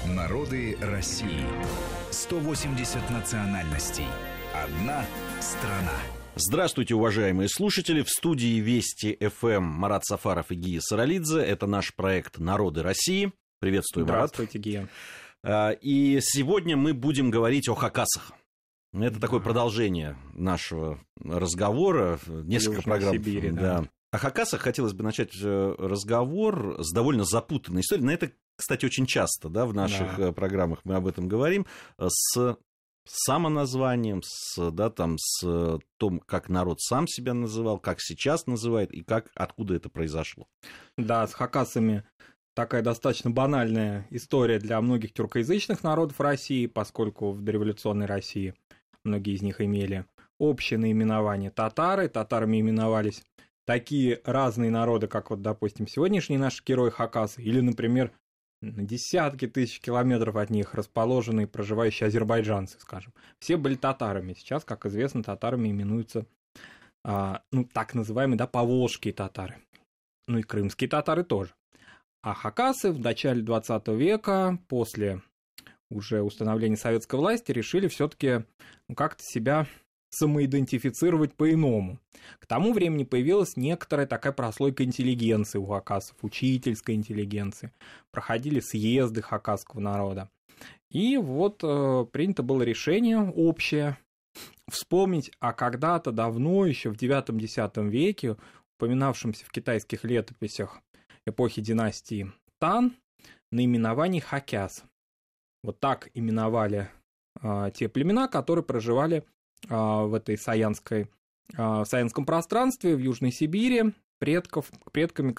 Народы России. 180 национальностей. Одна страна. Здравствуйте, уважаемые слушатели. В студии Вести ФМ Марат Сафаров и Гия Саралидзе. Это наш проект «Народы России». Приветствую, Марат. Здравствуйте, Гия. И сегодня мы будем говорить о хакасах. Это такое продолжение нашего разговора. Несколько программ. Сибири, да. О хакасах хотелось бы начать разговор с довольно запутанной историей. На это, кстати, очень часто, да, в наших программах мы об этом говорим, с самоназванием, с том, как народ сам себя называл, как сейчас называет и откуда это произошло. Да, с хакасами такая достаточно банальная история для многих тюркоязычных народов России, поскольку в дореволюционной России многие из них имели общее наименование татары. Татарами именовались такие разные народы, как вот, допустим, сегодняшний наш герой хакасы, или, например, на десятки тысяч километров от них расположенные проживающие азербайджанцы, скажем. Все были татарами. Сейчас, как известно, татарами именуются так называемые, поволжские татары. Ну и крымские татары тоже. А хакасы в начале 20 века, после уже установления советской власти, решили все-таки как-то себя самоидентифицировать по-иному. К тому времени появилась некоторая такая прослойка интеллигенции у хакасов, учительской интеллигенции. Проходили съезды хакасского народа. И вот принято было решение общее вспомнить о когда-то давно, еще в 9-10 веке, упоминавшемся в китайских летописях эпохи династии Тан, наименовании хакяс. Вот так именовали те племена, которые проживали в этой саянском пространстве в Южной Сибири, предками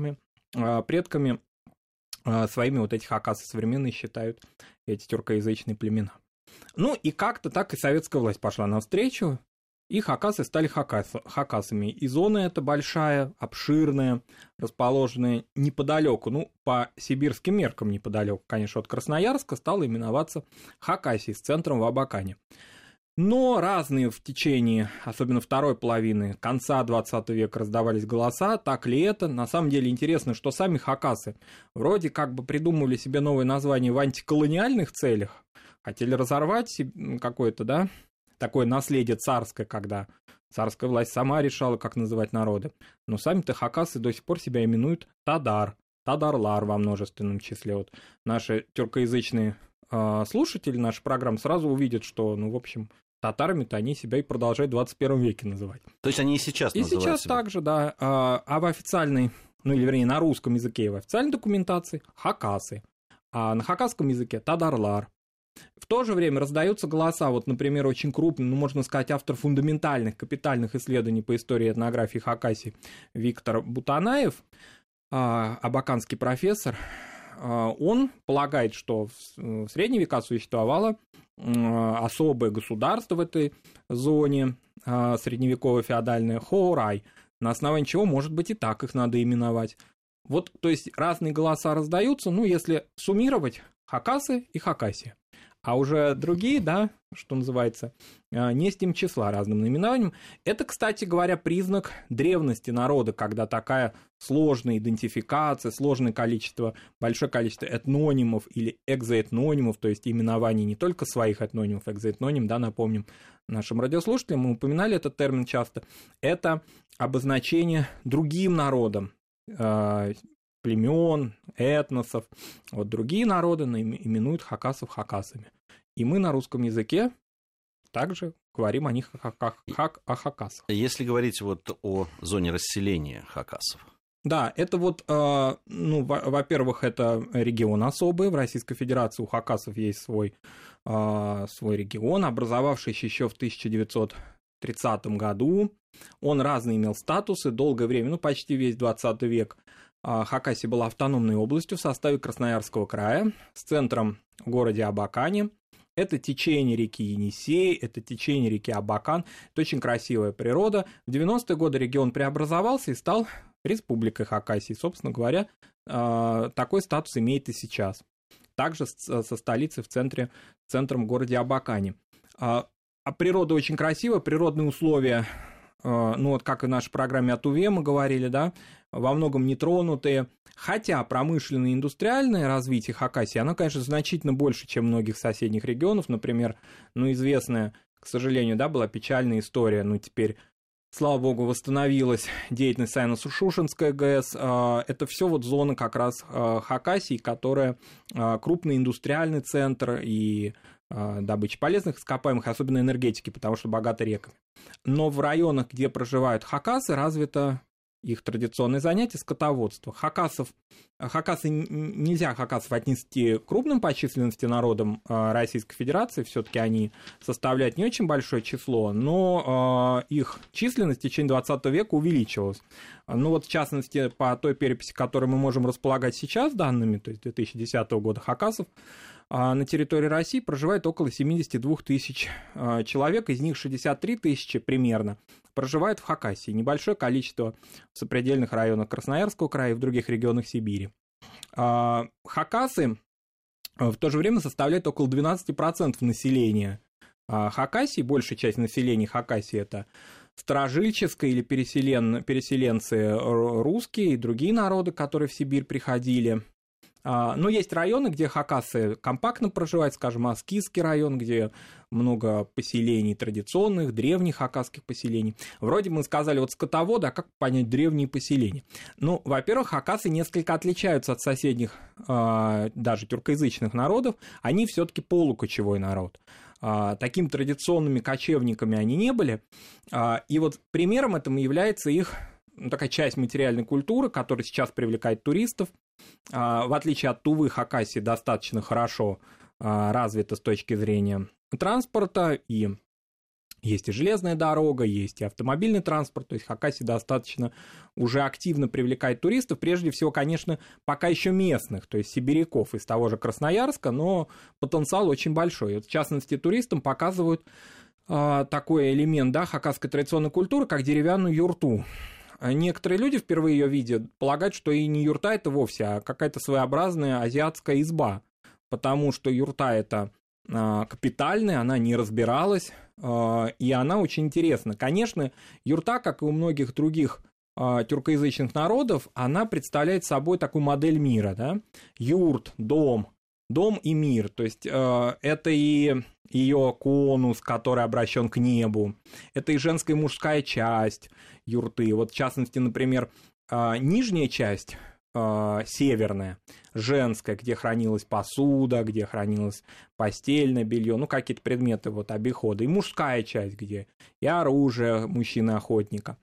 своими вот эти хакасы современные считают эти тюркоязычные племена. Ну и как-то так и советская власть пошла навстречу, и хакасы стали хакасами. И зона эта большая, обширная, расположенная неподалеку, по сибирским меркам неподалеку, конечно, от Красноярска, стала именоваться Хакасией с центром в Абакане. Но разные в течение, особенно второй половины, конца 20 века раздавались голоса, так ли это. На самом деле интересно, что сами хакасы вроде как бы придумывали себе новое название в антиколониальных целях, хотели разорвать какое-то, такое наследие царское, когда царская власть сама решала, как называть народы. Но сами-то хакасы до сих пор себя именуют Тадарлар во множественном числе. Вот наши тюркоязычные слушатели нашей программы сразу увидят, что, в общем, татарами-то они себя и продолжают в 21 веке называть. То есть они и сейчас называют себя? И сейчас также, да. А в официальной, на русском языке и в официальной документации хакасы, а на хакасском языке Тадарлар. В то же время раздаются голоса, вот, например, очень крупный, можно сказать, автор фундаментальных, капитальных исследований по истории и этнографии Хакасии Виктор Бутанаев, абаканский профессор. Он полагает, что в средние века существовало особое государство в этой зоне, средневековое феодальное Хоорай, на основании чего, может быть, и так их надо именовать. Вот, то есть разные голоса раздаются, если суммировать, хакасы и хакасия. А уже другие, что называется, не с тем числа разным наименованием. Это, кстати говоря, признак древности народа, когда такая сложная идентификация, большое количество этнонимов или экзоэтнонимов, то есть именований не только своих этнонимов, экзоэтноним, напомним нашим радиослушателям, мы упоминали этот термин часто, это обозначение другим народам, племен, этносов. Вот другие народы именуют хакасов хакасами. И мы на русском языке также говорим о них как о хакасах. Если говорить о зоне расселения хакасов. Да, это во-первых, это регион особый. В Российской Федерации у хакасов есть свой регион, образовавшийся еще в 1930 году. Он разные имел статусы долгое время, почти весь 20 век. Хакасия была автономной областью в составе Красноярского края с центром в городе Абакане. Это течение реки Енисей, это течение реки Абакан. Это очень красивая природа. В 90-е годы регион преобразовался и стал республикой Хакасии. Собственно говоря, такой статус имеет и сейчас. Также со столицей центром в городе Абакане. А природа очень красивая, природные условия ну вот как и в нашей программе о Туве мы говорили, да, во многом нетронутые. Хотя промышленное и индустриальное развитие Хакасии, оно, конечно, значительно больше, чем многих соседних регионов. Например, ну, известная, к сожалению, да, была печальная история, ну, теперь, слава богу, восстановилась деятельность Саяно-Шушенской ГЭС. Это все вот зона как раз Хакасии, которая крупный индустриальный центр и добычи полезных ископаемых, особенно энергетики, потому что богата реками. Но в районах, где проживают хакасы, развито их традиционное занятие — скотоводство. Нельзя хакасов отнести к крупным по численности народам Российской Федерации, все-таки они составляют не очень большое число, но их численность в течение 20 века увеличилась. Ну вот, в частности, по той переписи, которой мы можем располагать сейчас данными, то есть 2010 года, хакасов на территории России проживает около 72 тысяч человек, из них 63 тысячи примерно проживают в Хакасии, небольшое количество в сопредельных районах Красноярского края и в других регионах Сибири. Хакасы в то же время составляют около 12% населения Хакасии. Большая часть населения Хакасии — это старожильческое или переселенцы русские и другие народы, которые в Сибирь приходили. Но есть районы, где хакасы компактно проживают, скажем, Аскизский район, где много поселений традиционных, древних хакасских поселений. Вроде мы сказали, вот скотоводы, а как понять древние поселения? Ну, во-первых, хакасы несколько отличаются от соседних, даже тюркоязычных народов, они все-таки полукочевой народ. Такими традиционными кочевниками они не были. И вот примером этому является их такая часть материальной культуры, которая сейчас привлекает туристов. В отличие от Тувы, Хакасия достаточно хорошо развита с точки зрения транспорта, и есть и железная дорога, есть и автомобильный транспорт, то есть Хакасия достаточно уже активно привлекает туристов, прежде всего, конечно, пока еще местных, то есть сибиряков из того же Красноярска, но потенциал очень большой. И вот, в частности, туристам показывают такой элемент, да, хакасской традиционной культуры, как деревянную юрту. Некоторые люди, впервые ее видят, полагают, что и не юрта это вовсе, а какая-то своеобразная азиатская изба, потому что юрта это капитальная, она не разбиралась, и она очень интересна. Конечно, юрта, как и у многих других тюркоязычных народов, она представляет собой такую модель мира, да? Юрт, дом и мир, то есть это и ее конус, который обращен к небу, это и женская и мужская часть юрты. Вот в частности, например, нижняя часть, северная, женская, где хранилась посуда, где хранилось постельное белье, ну, какие-то предметы вот обихода, и мужская часть, где и оружие мужчины-охотника,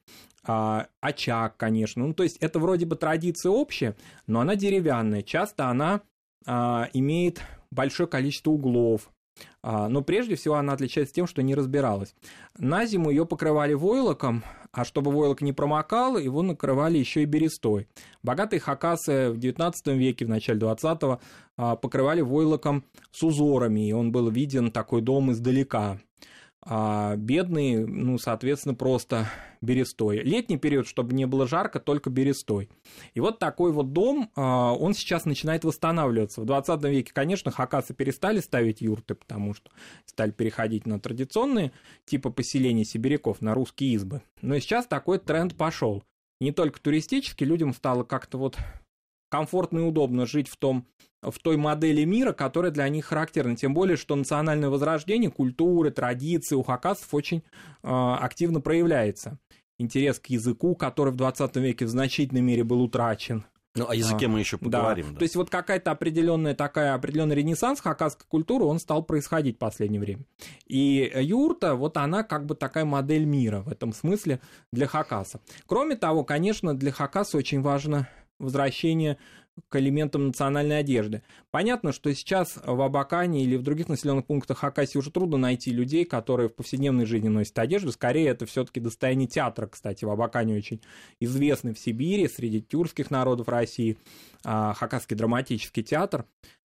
очаг, конечно. Ну, то есть это вроде бы традиция общая, но она деревянная, часто она имеет большое количество углов, но прежде всего она отличается тем, что не разбиралась. На зиму ее покрывали войлоком, а чтобы войлок не промокал, его накрывали еще и берестой. Богатые хакасы в XIX веке, в начале XX покрывали войлоком с узорами, и он был виден такой дом издалека. А бедные, ну, соответственно, просто берестой. Летний период, чтобы не было жарко, только берестой. И вот такой вот дом, он сейчас начинает восстанавливаться. В 20 веке, конечно, хакасы перестали ставить юрты, потому что стали переходить на традиционные типы поселений сибиряков, на русские избы. Но сейчас такой тренд пошел. Не только туристически, людям стало как-то вот комфортно и удобно жить в той модели мира, которая для них характерна. Тем более, что национальное возрождение, культуры, традиции у хакасов очень активно проявляется. Интерес к языку, который в 20 веке в значительной мере был утрачен. Ну, о языке мы еще поговорим. Да. Да. То есть вот какая-то определенный ренессанс хакасской культуры, он стал происходить в последнее время. И юрта, вот она как бы такая модель мира в этом смысле для хакаса. Кроме того, конечно, для хакаса очень важно возвращение к элементам национальной одежды. Понятно, что сейчас в Абакане или в других населенных пунктах Хакасии уже трудно найти людей, которые в повседневной жизни носят одежду. Скорее, это все-таки достояние театра, кстати. В Абакане очень известный в Сибири, среди тюркских народов России, Хакасский драматический театр.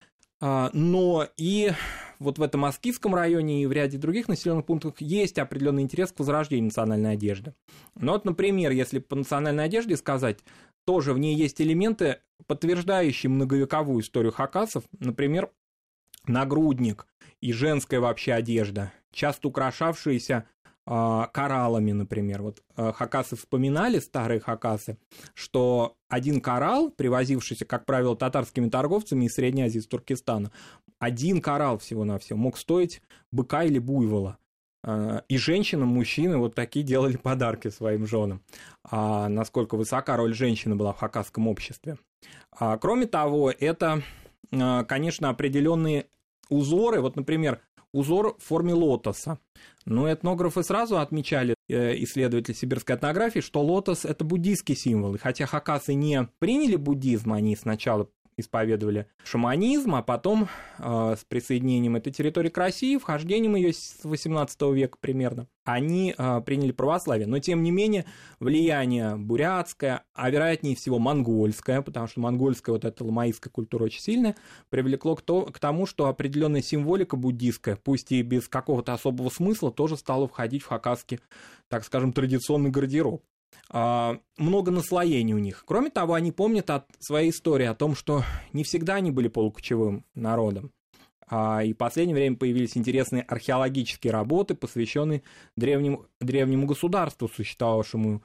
Но и вот в этом Аскизском районе и в ряде других населенных пунктов есть определенный интерес к возрождению национальной одежды. Но вот, например, если по национальной одежде сказать, тоже в ней есть элементы, подтверждающие многовековую историю хакасов, например, нагрудник и женская вообще одежда, часто украшавшиеся кораллами, например. Вот хакасы вспоминали, старые хакасы, что один коралл, привозившийся, как правило, татарскими торговцами из Средней Азии, из Туркестана, один коралл всего-навсего мог стоить быка или буйвола. И женщинам, мужчины вот такие делали подарки своим женам. Насколько высока роль женщины была в хакасском обществе. Кроме того, это, конечно, определенные узоры. Вот, например, узор в форме лотоса. Но этнографы сразу отмечали, исследователи сибирской этнографии, что лотос – это буддийский символ. И хотя хакасы не приняли буддизм, они сначала исповедовали шаманизм, а потом с присоединением этой территории к России, вхождением ее с XVIII века примерно, они приняли православие. Но, тем не менее, влияние бурятское, а вероятнее всего монгольское, потому что монгольская вот эта ламаистская культура очень сильная, привлекло к тому, что определенная символика буддийская, пусть и без какого-то особого смысла, тоже стала входить в хакасский, так скажем, традиционный гардероб. Много наслоений у них. Кроме того, они помнят от своей истории о том, что не всегда они были полукочевым народом. И в последнее время появились интересные археологические работы, посвященные древнему государству, существовавшему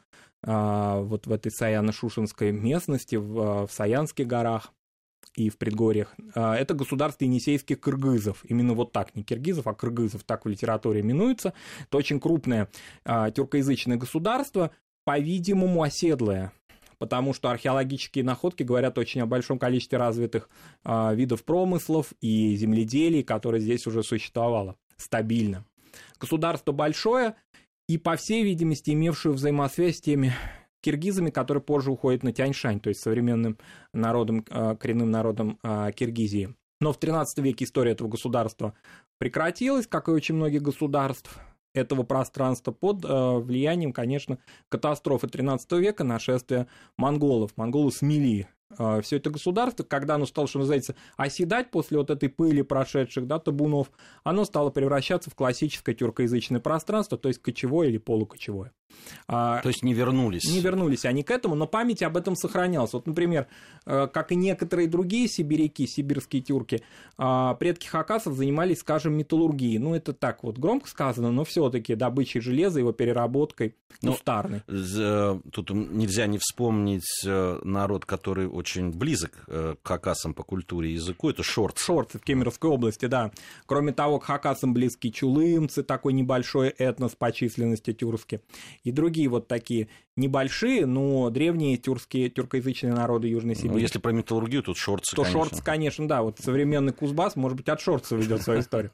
вот в этой Саяно-Шушенской местности, в Саянских горах и в предгорьях. Это государство енисейских кыргызов. Именно вот так, не киргизов, а кыргызов, так в литературе именуется. Это очень крупное тюркоязычное государство, по-видимому, оседлое, потому что археологические находки говорят очень о большом количестве развитых видов промыслов и земледелий, которое здесь уже существовало стабильно. Государство большое и, по всей видимости, имевшее взаимосвязь с теми киргизами, которые позже уходят на Тяньшань, то есть современным народом, коренным народом Киргизии. Но в XIII веке история этого государства прекратилась, как и очень многих государств этого пространства, под влиянием, конечно, катастрофы XIII века, нашествия монголов. Монголы смели все это государство, когда оно стало, что называется, оседать после вот этой пыли прошедших табунов, оно стало превращаться в классическое тюркоязычное пространство, то есть кочевое или полукочевое. То есть не вернулись. Не вернулись они к этому, но память об этом сохранялась. Вот, например, как и некоторые другие сибиряки, сибирские тюрки, предки хакасов занимались, скажем, металлургией. Ну, это так вот громко сказано, но все-таки добычей железа, его переработкой кустарной. Тут нельзя не вспомнить народ, который очень близок к хакасам по культуре и языку, это шорцы. Шорцы в Кемеровской области, да. Кроме того, к хакасам близки чулымцы, такой небольшой этнос по численности тюркский. И другие вот такие небольшие, но древние тюркоязычные народы Южной Сибири. Ну, если про металлургию, тут шорцы, то конечно. Шорцы, конечно, да. Вот современный Кузбасс, может быть, от шорцев ведет свою историю.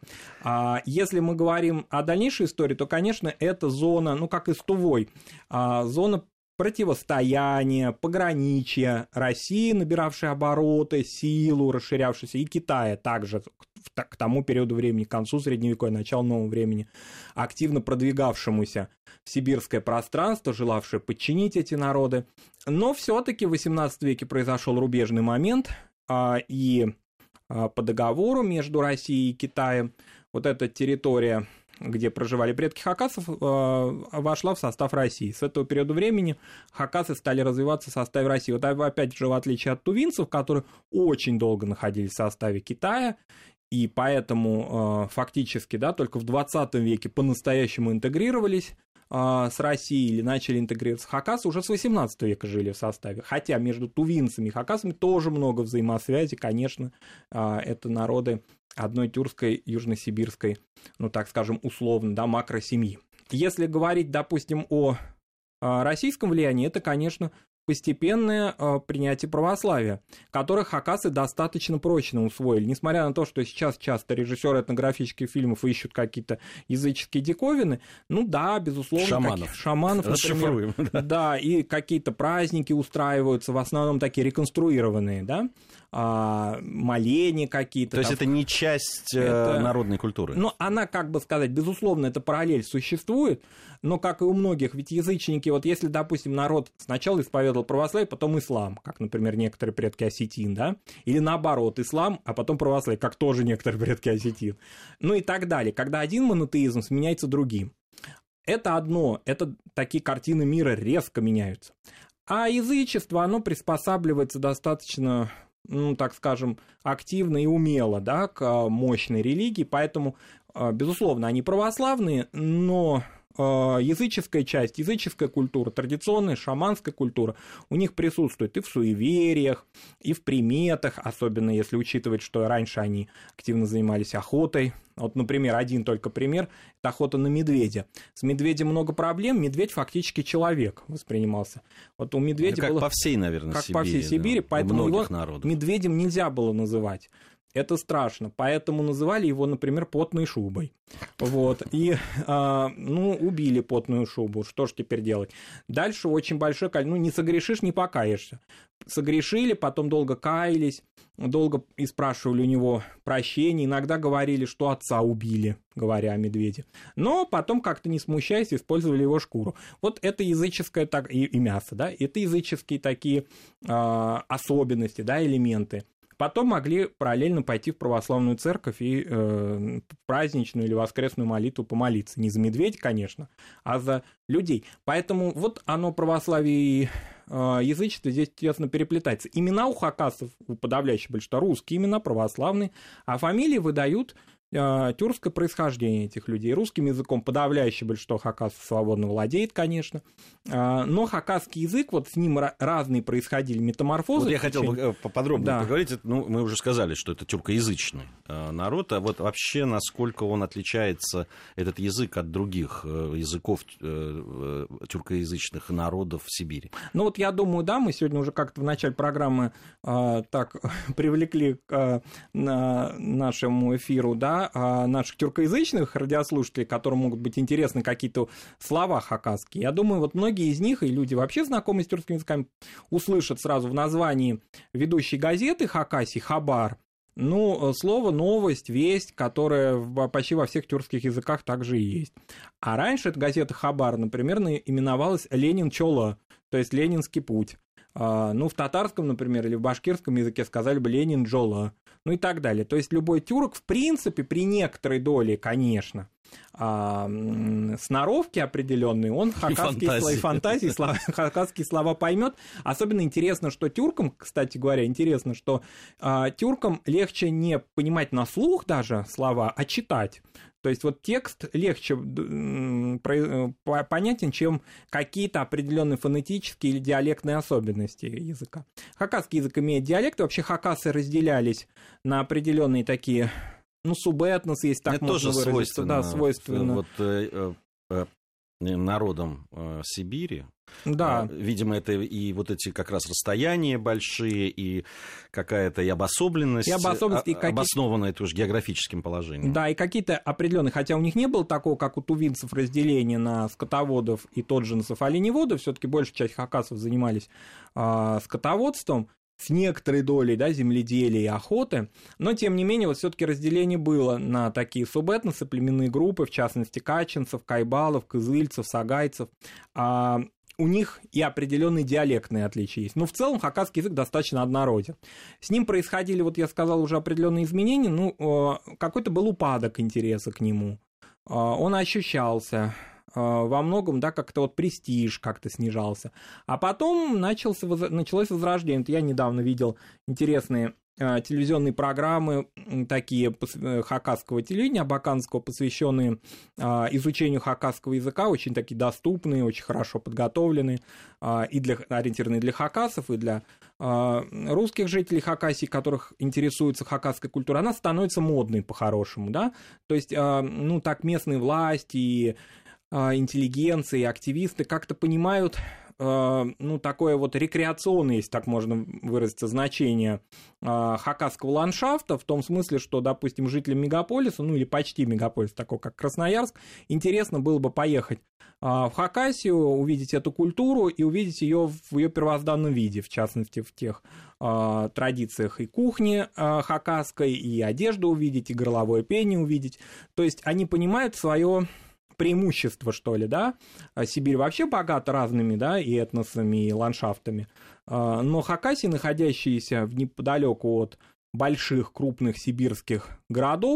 Если мы говорим о дальнейшей истории, то, конечно, это зона, ну, как и с Тувой, зона противостояния, пограничья России, набиравшей обороты, силу, расширявшейся, и Китая также к тому периоду времени, к концу Средневековья, началу нового времени, активно продвигавшемуся в сибирское пространство, желавшее подчинить эти народы. Но все-таки в XVIII веке произошел рубежный момент, и по договору между Россией и Китаем вот эта территория, где проживали предки хакасов, вошла в состав России. С этого периода времени хакасы стали развиваться в составе России. Вот опять же, в отличие от тувинцев, которые очень долго находились в составе Китая, и поэтому фактически только в 20 веке по-настоящему интегрировались с Россией или начали интегрироваться. Хакасы уже с 18 века жили в составе. Хотя между тувинцами и хакасами тоже много взаимосвязи. Конечно, это народы одной тюркской, южносибирской, ну, так скажем, условно, макросемьи. Если говорить, допустим, о российском влиянии, это, конечно, постепенное принятие православия, которое хакасы достаточно прочно усвоили. Несмотря на то, что сейчас часто режиссеры этнографических фильмов ищут какие-то языческие диковины, ну да, безусловно, шаманов, например, да, и какие-то праздники устраиваются, в основном такие реконструированные, да, моления какие-то. То есть это не часть народной культуры? Ну, она, как бы сказать, безусловно, эта параллель существует, но, как и у многих, ведь язычники, вот если, допустим, народ сначала исповедовал православие, потом ислам, как, например, некоторые предки осетин, да, или наоборот, ислам, а потом православие, как тоже некоторые предки осетин, ну и так далее, когда один монотеизм сменяется другим. Это одно, это такие картины мира резко меняются. А язычество, оно приспосабливается достаточно, ну, так скажем, активно и умело, да, к мощной религии, поэтому, безусловно, они православные, но языческая часть, языческая культура, традиционная шаманская культура у них присутствует и в суевериях, и в приметах, особенно если учитывать, что раньше они активно занимались охотой. Вот, например, один только пример – это охота на медведя. С медведем много проблем, медведь фактически человек воспринимался. Вот у медведя как было... по всей, наверное, как Сибири. По всей Сибири, да, поэтому его народов. медведем нельзя было называть. Это страшно, поэтому называли его, например, потной шубой. Вот, и, убили потную шубу, что ж теперь делать? Дальше очень большое количество, не согрешишь, не покаешься. Согрешили, потом долго каялись, долго и спрашивали у него прощения, иногда говорили, что отца убили, говоря о медведе. Но потом, как-то не смущаясь, использовали его шкуру. Вот это языческое, и мясо, да, это языческие такие особенности, да, элементы. Потом могли параллельно пойти в православную церковь и праздничную или воскресную молитву помолиться. Не за медведя, конечно, а за людей. Поэтому вот оно, православие и язычество, здесь тесно переплетается. Имена у хакасов, у подавляющего большинства, русские имена, православные, а фамилии выдают тюркское происхождение этих людей. Русским языком подавляющее большинство хакасов свободно владеет, конечно, но хакасский язык, вот с ним разные происходили метаморфозы. Вот я хотел бы поподробнее поговорить. Мы уже сказали, что это тюркоязычный народ, а вот вообще насколько он отличается, этот язык, от других языков тюркоязычных народов в Сибири? Ну вот я думаю, да, мы сегодня уже как-то в начале программы так привлекли к нашему эфиру, да, наших тюркоязычных радиослушателей, которым могут быть интересны какие-то слова хакасские. Я думаю, вот многие из них, и люди вообще знакомые с тюркскими языками, услышат сразу в названии ведущей газеты Хакасии «Хабар», слово «новость», «весть», которое почти во всех тюркских языках также и есть. А раньше эта газета «Хабар», например, именовалась «Ленин Чола», то есть «Ленинский путь». В татарском, например, или в башкирском языке сказали бы «Ленин Джола», и так далее. То есть любой тюрк, в принципе, при некоторой доле, конечно, сноровки определенной, он хакасские фантазии, хакасские слова поймет. Особенно интересно, что тюркам, кстати говоря, что тюркам легче не понимать на слух даже слова, а читать. То есть вот текст легче понятен, чем какие-то определенные фонетические или диалектные особенности языка. Хакасский язык имеет диалекты, вообще хакасы разделялись на определенные такие, субэтносы, если так это можно тоже выразиться. Свойственно. Вот народам Сибири. Да. Видимо, это и вот эти как раз расстояния большие, и какая-то и обособленность, обоснованная тоже географическим положением. Да, и какие-то определенные, хотя у них не было такого, как у тувинцев, разделения на скотоводов и тоджинцев, оленеводов, все-таки большая часть хакасов занимались скотоводством, с некоторой долей, да, земледелия и охоты, но, тем не менее, вот все-таки разделение было на такие субэтносы, племенные группы, в частности, качинцев, кайбалов, кызыльцев, сагайцев. У них и определенные диалектные отличия есть. Но в целом хакасский язык достаточно однороден. С ним происходили, вот я сказал, уже определенные изменения, какой-то был упадок интереса к нему. Он ощущался во многом, да, как-то вот престиж как-то снижался. А потом началось возрождение. Я недавно видел интересные телевизионные программы, такие хакасского телевидения, абаканского, посвященные изучению хакасского языка, очень такие доступные, очень хорошо подготовленные, ориентированные для хакасов, и для русских жителей Хакасии, которых интересуется хакасская культура. Она становится модной по-хорошему, да, то есть, так местные власти и интеллигенция и активисты как-то понимают, такое вот рекреационное, если так можно выразиться, значение хакасского ландшафта, в том смысле, что, допустим, жителям мегаполиса, или почти мегаполиса, такого как Красноярск, интересно было бы поехать в Хакасию, увидеть эту культуру и увидеть ее в ее первозданном виде, в частности, в тех традициях и кухни хакасской, и одежду увидеть, и горловое пение увидеть. То есть они понимают свое преимущество, что ли, да. Сибирь вообще богата разными, да, и этносами, и ландшафтами. Но Хакасия, находящаяся неподалеку от больших крупных сибирских городов,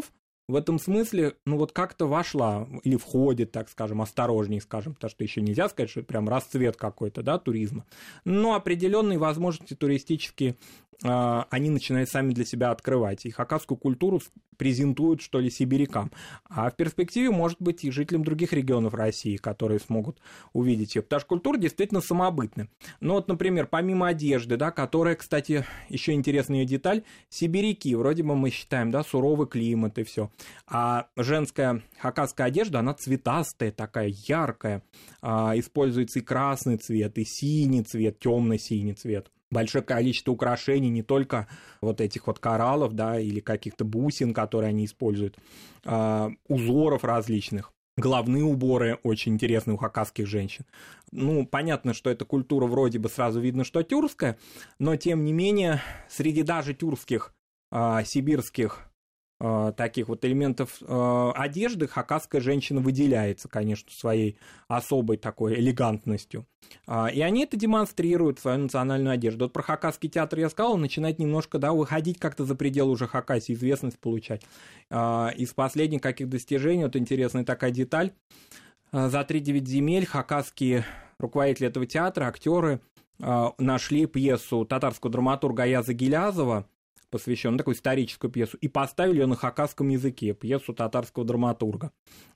в этом смысле, ну вот как-то вошла или входит, так скажем, осторожнее, скажем, потому что еще нельзя сказать, что это прям расцвет какой-то, да, туризма, но определенные возможности туристические они начинают сами для себя открывать. И хакасскую культуру презентуют, что ли, сибирякам. А в перспективе, может быть, и жителям других регионов России, которые смогут увидеть ее. Потому что культура действительно самобытная. Ну вот, например, помимо одежды, да, которая, кстати, еще интересная ее деталь, сибиряки, вроде бы мы считаем, да, суровый климат и все. А женская хакасская одежда, она цветастая, такая яркая. Используется и красный цвет, и синий цвет, темно-синий цвет. Большое количество украшений, не только вот этих вот кораллов, да, или каких-то бусин, которые они используют, узоров различных. Головные уборы очень интересные у хакасских женщин. Ну, понятно, что эта культура вроде бы сразу видно, что тюркская, но тем не менее среди даже тюркских, сибирских таких вот элементов одежды хакасская женщина выделяется, конечно, своей особой такой элегантностью. И они это демонстрируют, свою национальную одежду. Вот про хакасский театр я сказал, он начинает немножко, да, выходить как-то за пределы уже Хакасии, известность получать. Из последних каких достижений, вот интересная такая деталь, за 3-9 земель хакасские руководители этого театра, актеры нашли пьесу татарского драматурга Аяза Гилязова, посвященную такую историческую пьесу, и поставили ее на хакасском языке, пьесу татарского драматурга.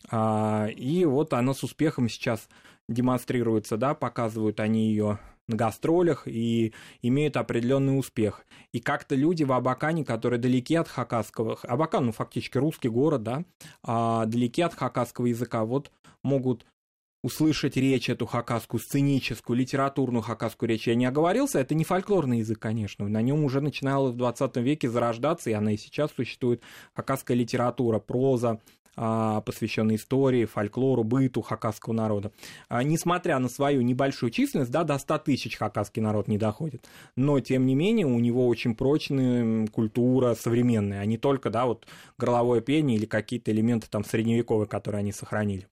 И вот она с успехом сейчас демонстрируется, да, показывают они ее на гастролях и имеют определенный успех. И как-то люди в Абакане, которые далеки от хакасского, Абакан, ну, фактически русский город, да, далеки от хакасского языка, вот могут услышать речь эту хакасскую, сценическую, литературную хакасскую речь. Я не оговорился, это не фольклорный язык, конечно. На нем уже начинала в 20 веке зарождаться, и она и сейчас существует, хакасская литература, проза, посвященная истории, фольклору, быту хакасского народа. Несмотря на свою небольшую численность, да, до 100 тысяч хакасский народ не доходит, но, тем не менее, у него очень прочная культура современная, а не только, да, вот горловое пение или какие-то элементы там средневековые, которые они сохранили.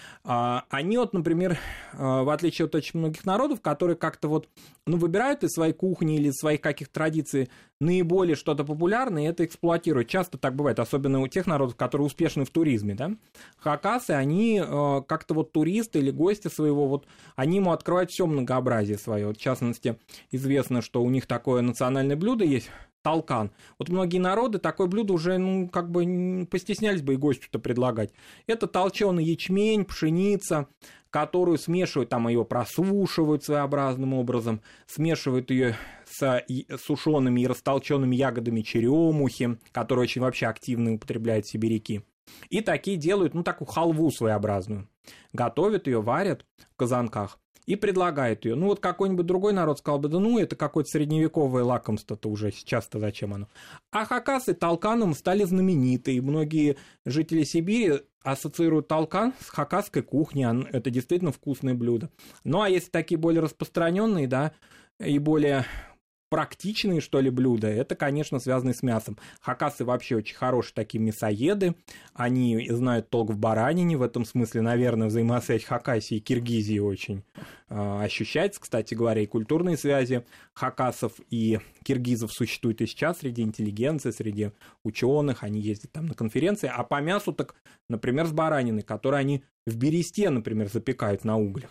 Они вот, например, в отличие от очень многих народов, которые как-то вот, ну, выбирают из своей кухни или из своих каких-то традиций наиболее что-то популярное и это эксплуатируют. Часто так бывает, особенно у тех народов, которые успешны в туризме, да. Хакасы, они как-то вот туристы или гости своего, вот, они ему открывают все многообразие свое. Вот, в частности, известно, что у них такое национальное блюдо есть, толкан. Вот многие народы такое блюдо уже, ну, как бы постеснялись бы и гостю-то предлагать. Это толченый ячмень, пшеница, которую смешивают, там ее просушивают своеобразным образом, смешивают ее с сушеными и растолченными ягодами черемухи, которые очень вообще активно употребляют сибиряки. И такие делают, ну, такую халву своеобразную. Готовят ее, варят в казанках и предлагают ее. Ну, вот какой-нибудь другой народ сказал бы, да ну, это какое-то средневековое лакомство-то уже, сейчас-то зачем оно? А хакасы толканом стали знамениты, и многие жители Сибири ассоциируют толкан с хакасской кухней, это действительно вкусное блюдо. Ну, а если такие более распространенные, да, и более практичные, что ли, блюда, это, конечно, связано с мясом. Хакасы вообще очень хорошие такие мясоеды, они знают толк в баранине, в этом смысле, наверное, взаимосвязь Хакасии и Киргизии очень ощущается, кстати говоря, и культурные связи хакасов и киргизов существуют и сейчас среди интеллигенции, среди ученых, они ездят там на конференции, а по мясу так, например, с бараниной, которую они в бересте, например, запекают на углях.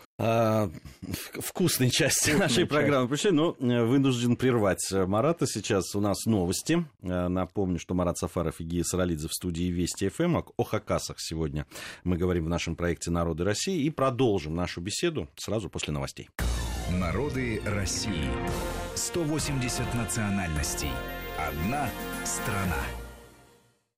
Вкусной части нашей программы пришли, но вынужден прервать Марата. Сейчас у нас новости. Напомню, что Марат Сафаров и Гия Саралидзе в студии Вести ФМ. О хакасах сегодня мы говорим в нашем проекте «Народы России» и продолжим нашу беседу сразу после новостей. Народы России. 180 национальностей. Одна страна.